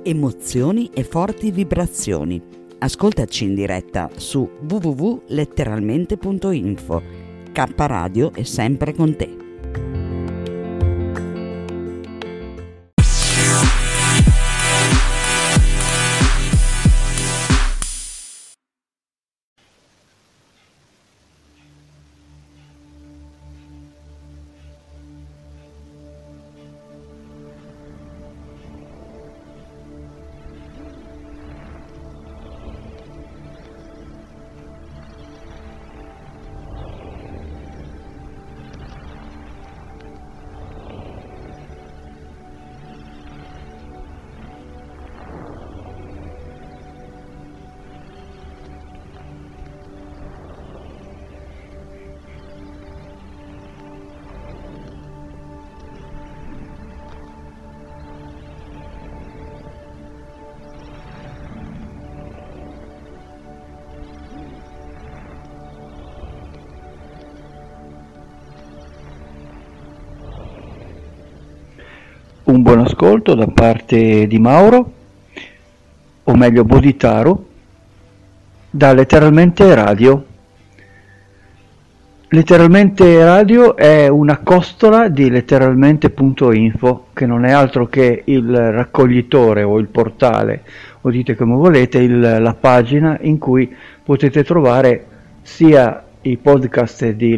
emozioni e forti vibrazioni. Ascoltaci in diretta su www.letteralmente.info. K Radio è sempre con te. Un buon ascolto da parte di Mauro, o meglio Bodhitaru, da Letteralmente Radio. Letteralmente Radio è una costola di letteralmente.info, che non è altro che il raccoglitore o il portale, o dite come volete, la pagina in cui potete trovare sia i podcast di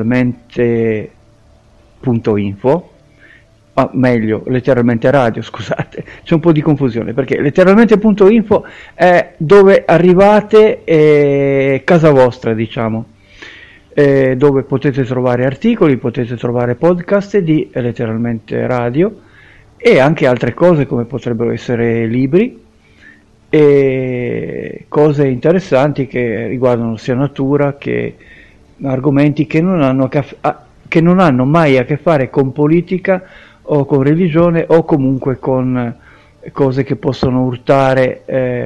letteralmente.info, meglio, Letteralmente Radio, scusate, c'è un po' di confusione, perché letteralmente.info è dove arrivate, casa vostra, diciamo, dove potete trovare articoli, potete trovare podcast di Letteralmente Radio e anche altre cose come potrebbero essere libri e cose interessanti che riguardano sia natura che argomenti che non hanno mai a che fare con politica o con religione o comunque con cose che possono urtare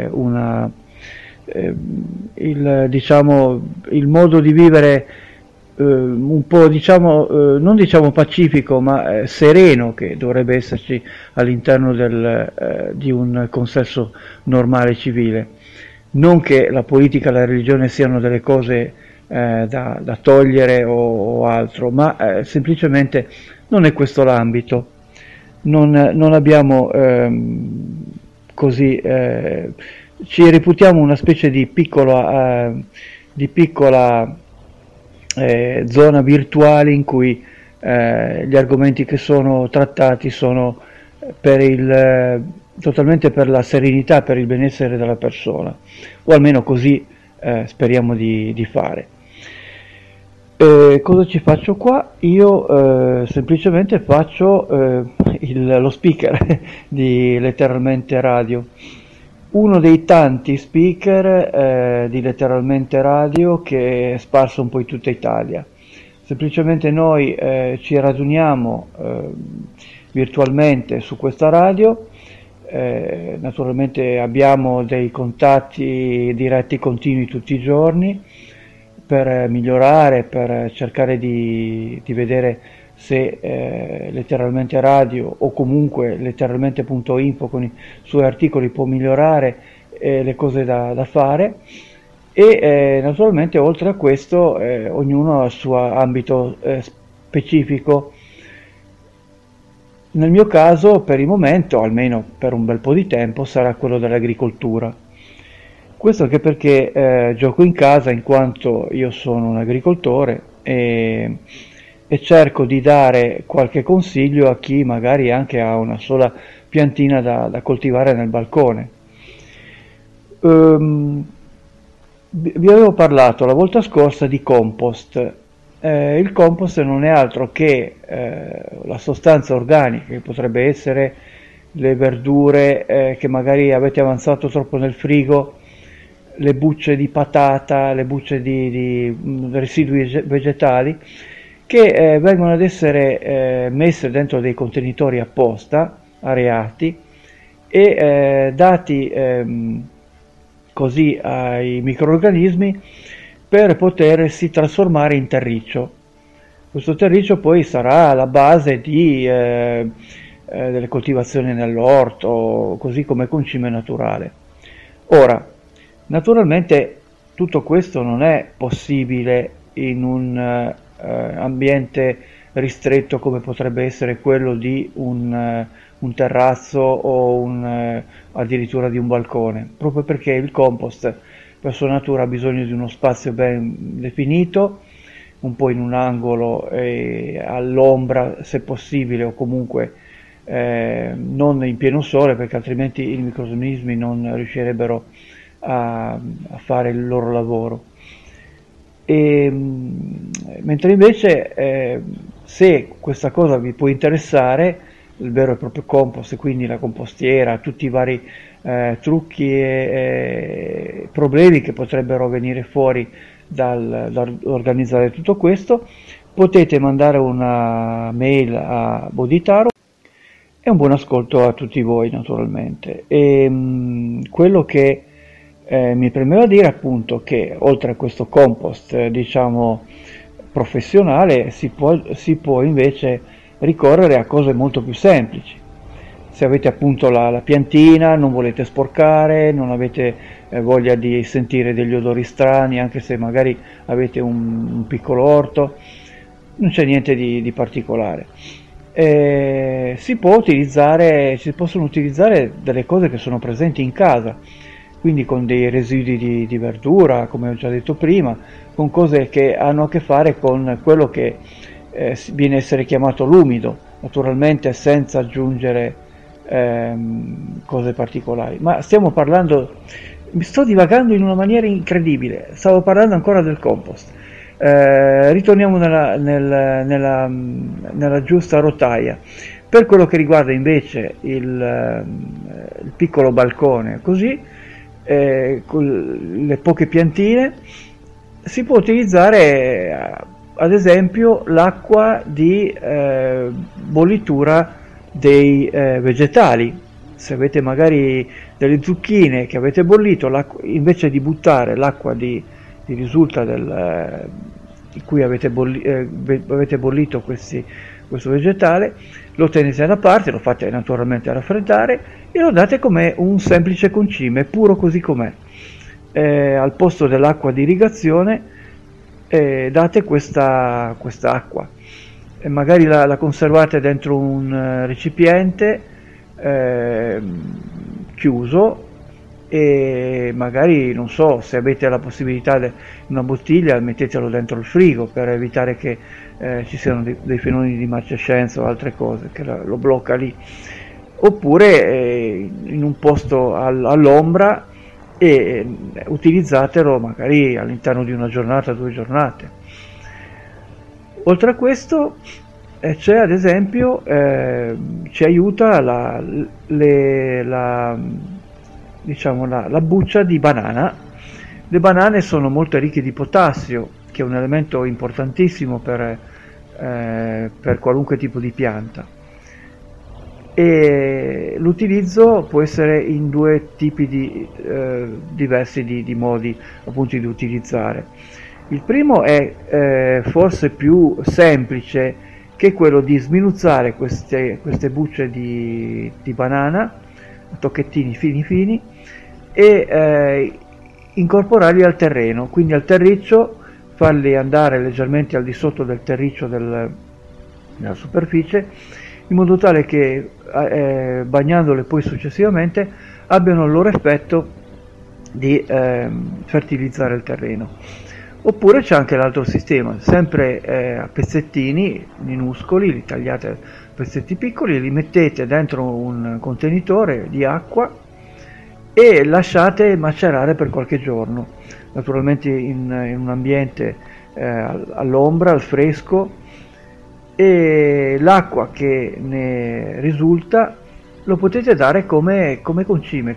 il modo di vivere un po' non diciamo pacifico ma sereno che dovrebbe esserci all'interno di un consesso normale civile. Non che la politica e la religione siano delle cose da togliere o altro, ma semplicemente non è questo l'ambito. Non abbiamo ci reputiamo una specie di piccola zona virtuale in cui gli argomenti che sono trattati sono totalmente per la serenità, per il benessere della persona, o almeno così speriamo di fare. Cosa ci faccio qua? Io semplicemente faccio lo speaker di Letteralmente Radio, uno dei tanti speaker di Letteralmente Radio che è sparso un po' in tutta Italia. Semplicemente noi ci raduniamo virtualmente su questa radio, naturalmente abbiamo dei contatti diretti continui tutti i giorni per migliorare, per cercare di vedere se Letteralmente Radio o comunque letteralmente.info con i suoi articoli può migliorare le cose da fare e naturalmente oltre a questo ognuno ha il suo ambito specifico. Nel mio caso per il momento, almeno per un bel po' di tempo, sarà quello dell'agricoltura. Questo anche perché gioco in casa in quanto io sono un agricoltore e cerco di dare qualche consiglio a chi magari anche ha una sola piantina da coltivare nel balcone. Vi avevo parlato la volta scorsa di compost. Il compost non è altro che la sostanza organica che potrebbe essere le verdure che magari avete avanzato troppo nel frigo, le bucce di patata, le bucce di residui vegetali che vengono ad essere messe dentro dei contenitori apposta, areati e dati così ai microrganismi per potersi trasformare in terriccio. Questo terriccio poi sarà la base di delle coltivazioni nell'orto, così come concime naturale. Ora, naturalmente tutto questo non è possibile in un ambiente ristretto come potrebbe essere quello di un terrazzo o addirittura di un balcone, proprio perché il compost per sua natura ha bisogno di uno spazio ben definito, un po' in un angolo all'ombra se possibile, o comunque non in pieno sole, perché altrimenti i microrganismi non riuscirebbero a fare il loro lavoro. Mentre invece se questa cosa vi può interessare, il vero e proprio compost, e quindi la compostiera, tutti i vari trucchi e problemi che potrebbero venire fuori dall'organizzare tutto questo, potete mandare una mail a Bodhitaro. E un buon ascolto a tutti voi, naturalmente. Quello che mi premeva dire, appunto, che oltre a questo compost diciamo professionale si può invece ricorrere a cose molto più semplici. Se avete appunto la piantina, non volete sporcare, non avete voglia di sentire degli odori strani, anche se magari avete un piccolo orto, non c'è niente di particolare. Si possono utilizzare delle cose che sono presenti in casa, quindi con dei residui di verdura, come ho già detto prima, con cose che hanno a che fare con quello che viene a essere chiamato l'umido, naturalmente senza aggiungere cose particolari. Ma mi sto divagando in una maniera incredibile, stavo parlando ancora del compost. Ritorniamo nella giusta rotaia. Per quello che riguarda invece il piccolo balcone, così con le poche piantine, si può utilizzare ad esempio l'acqua di bollitura dei vegetali. Se avete magari delle zucchine che avete bollito, invece di buttare l'acqua di risulta di cui avete bollito questo vegetale, lo tenete da parte, lo fate naturalmente raffreddare e lo date come un semplice concime, puro così com'è. Al posto dell'acqua di irrigazione date questa acqua, e magari la conservate dentro un recipiente chiuso, e magari, non so, se avete la possibilità di una bottiglia, mettetelo dentro il frigo per evitare che ci siano dei fenomeni di marcescenza o altre cose che lo blocca lì, oppure in un posto all'ombra, e utilizzatelo magari all'interno di una giornata, 2 giornate. Oltre a questo c'è ad esempio, ci aiuta la buccia di banana. Le banane sono molto ricche di potassio, che è un elemento importantissimo per qualunque tipo di pianta, e l'utilizzo può essere in 2 tipi diversi di modi appunto di utilizzare. Il primo è forse più semplice, che è quello di sminuzzare queste bucce di banana a tocchettini fini e incorporarli al terreno, quindi al terriccio, farli andare leggermente al di sotto del terriccio della superficie, in modo tale che bagnandole poi successivamente abbiano il loro effetto di fertilizzare il terreno. Oppure c'è anche l'altro sistema, sempre a pezzettini minuscoli, li tagliate a pezzetti piccoli, li mettete dentro un contenitore di acqua e lasciate macerare per qualche giorno, naturalmente in un ambiente all'ombra, al fresco, e l'acqua che ne risulta lo potete dare come concime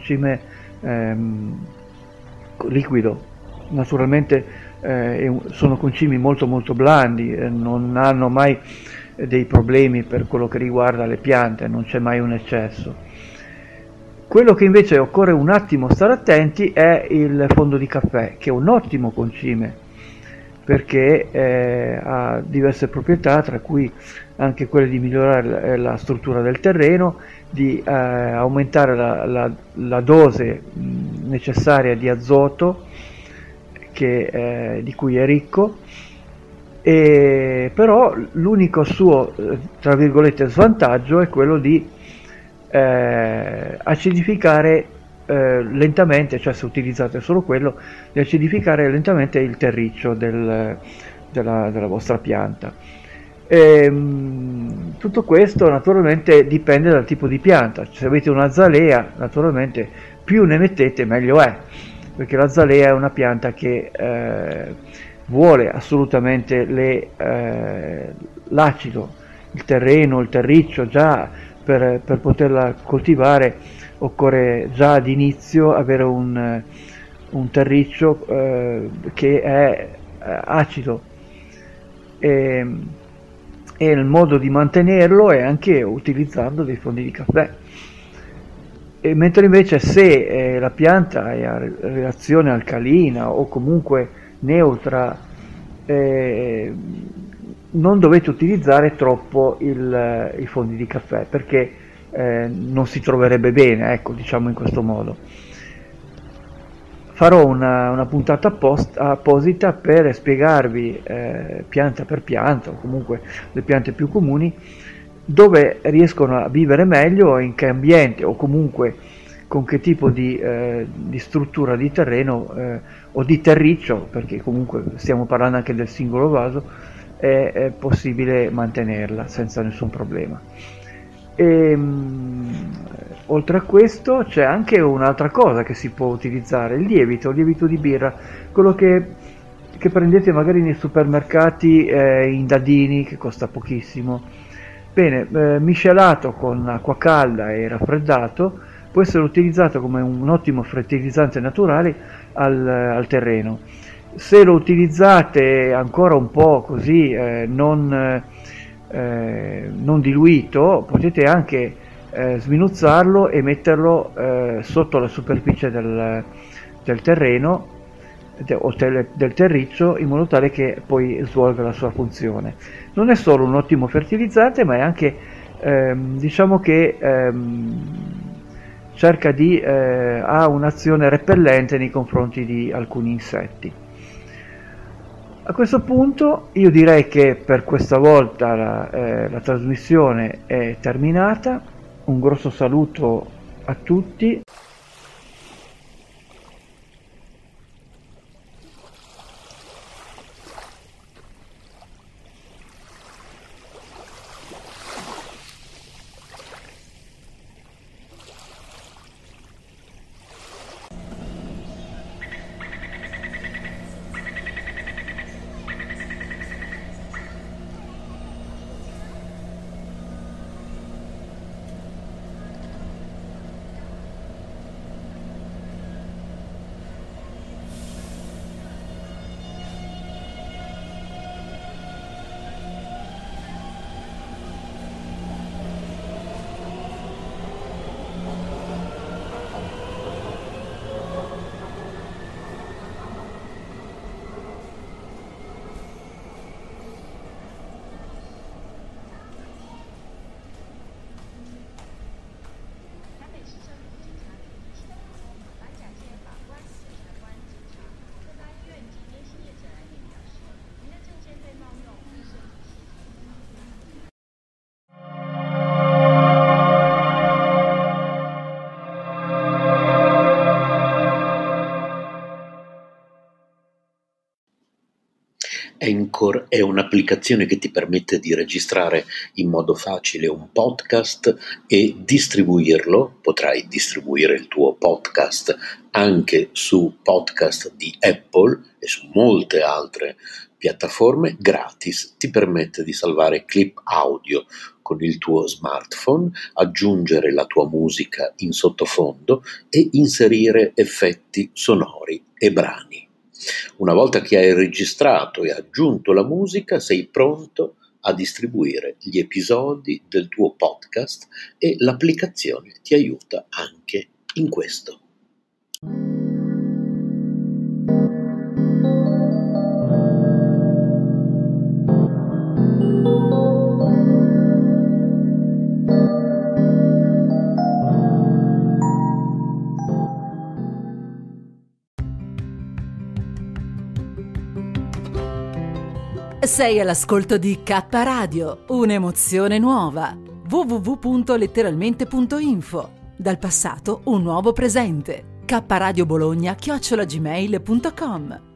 liquido. Naturalmente sono concimi molto molto blandi, non hanno mai dei problemi per quello che riguarda le piante, non c'è mai un eccesso. Quello che invece occorre un attimo stare attenti è il fondo di caffè, che è un ottimo concime perché ha diverse proprietà, tra cui anche quelle di migliorare la struttura del terreno, di aumentare la dose necessaria di azoto di cui è ricco, però l'unico suo, tra virgolette, svantaggio è quello di acidificare lentamente, cioè se utilizzate solo quello, di acidificare lentamente il terriccio della vostra pianta. Tutto questo naturalmente dipende dal tipo di pianta. Se avete un'azalea, naturalmente più ne mettete meglio è, perché l'azalea è una pianta che vuole assolutamente l'acido, il terreno, il terriccio. Già per poterla coltivare occorre già ad inizio avere un terriccio che è acido, e, e il modo di mantenerlo è anche utilizzando dei fondi di caffè. Mentre invece se la pianta è a reazione alcalina o comunque neutra, eh, non dovete utilizzare troppo i fondi di caffè, perché non si troverebbe bene, ecco, diciamo in questo modo. Farò una puntata apposita per spiegarvi pianta per pianta, o comunque le piante più comuni, dove riescono a vivere meglio, in che ambiente o comunque con che tipo di struttura di terreno o di terriccio, perché comunque stiamo parlando anche del singolo vaso, è possibile mantenerla senza nessun problema. Oltre a questo c'è anche un'altra cosa che si può utilizzare, il lievito di birra, quello che prendete magari nei supermercati in dadini, che costa pochissimo. Bene, miscelato con acqua calda e raffreddato, può essere utilizzato come un ottimo fertilizzante naturale al terreno. Se lo utilizzate ancora un po' così, non diluito, potete anche sminuzzarlo e metterlo sotto la superficie del terreno o del terriccio, in modo tale che poi svolga la sua funzione. Non è solo un ottimo fertilizzante, ma è anche, diciamo che ha un'azione repellente nei confronti di alcuni insetti. A questo punto io direi che per questa volta la trasmissione è terminata. Un grosso saluto a tutti. Anchor è un'applicazione che ti permette di registrare in modo facile un podcast e distribuirlo. Potrai distribuire il tuo podcast anche su podcast di Apple e su molte altre piattaforme gratis. Ti permette di salvare clip audio con il tuo smartphone, aggiungere la tua musica in sottofondo e inserire effetti sonori e brani. Una volta che hai registrato e aggiunto la musica, sei pronto a distribuire gli episodi del tuo podcast e l'applicazione ti aiuta anche in questo. Sei all'ascolto di K Radio, un'emozione nuova. www.letteralmente.info. Dal passato un nuovo presente. kradiobologna@gmail.com.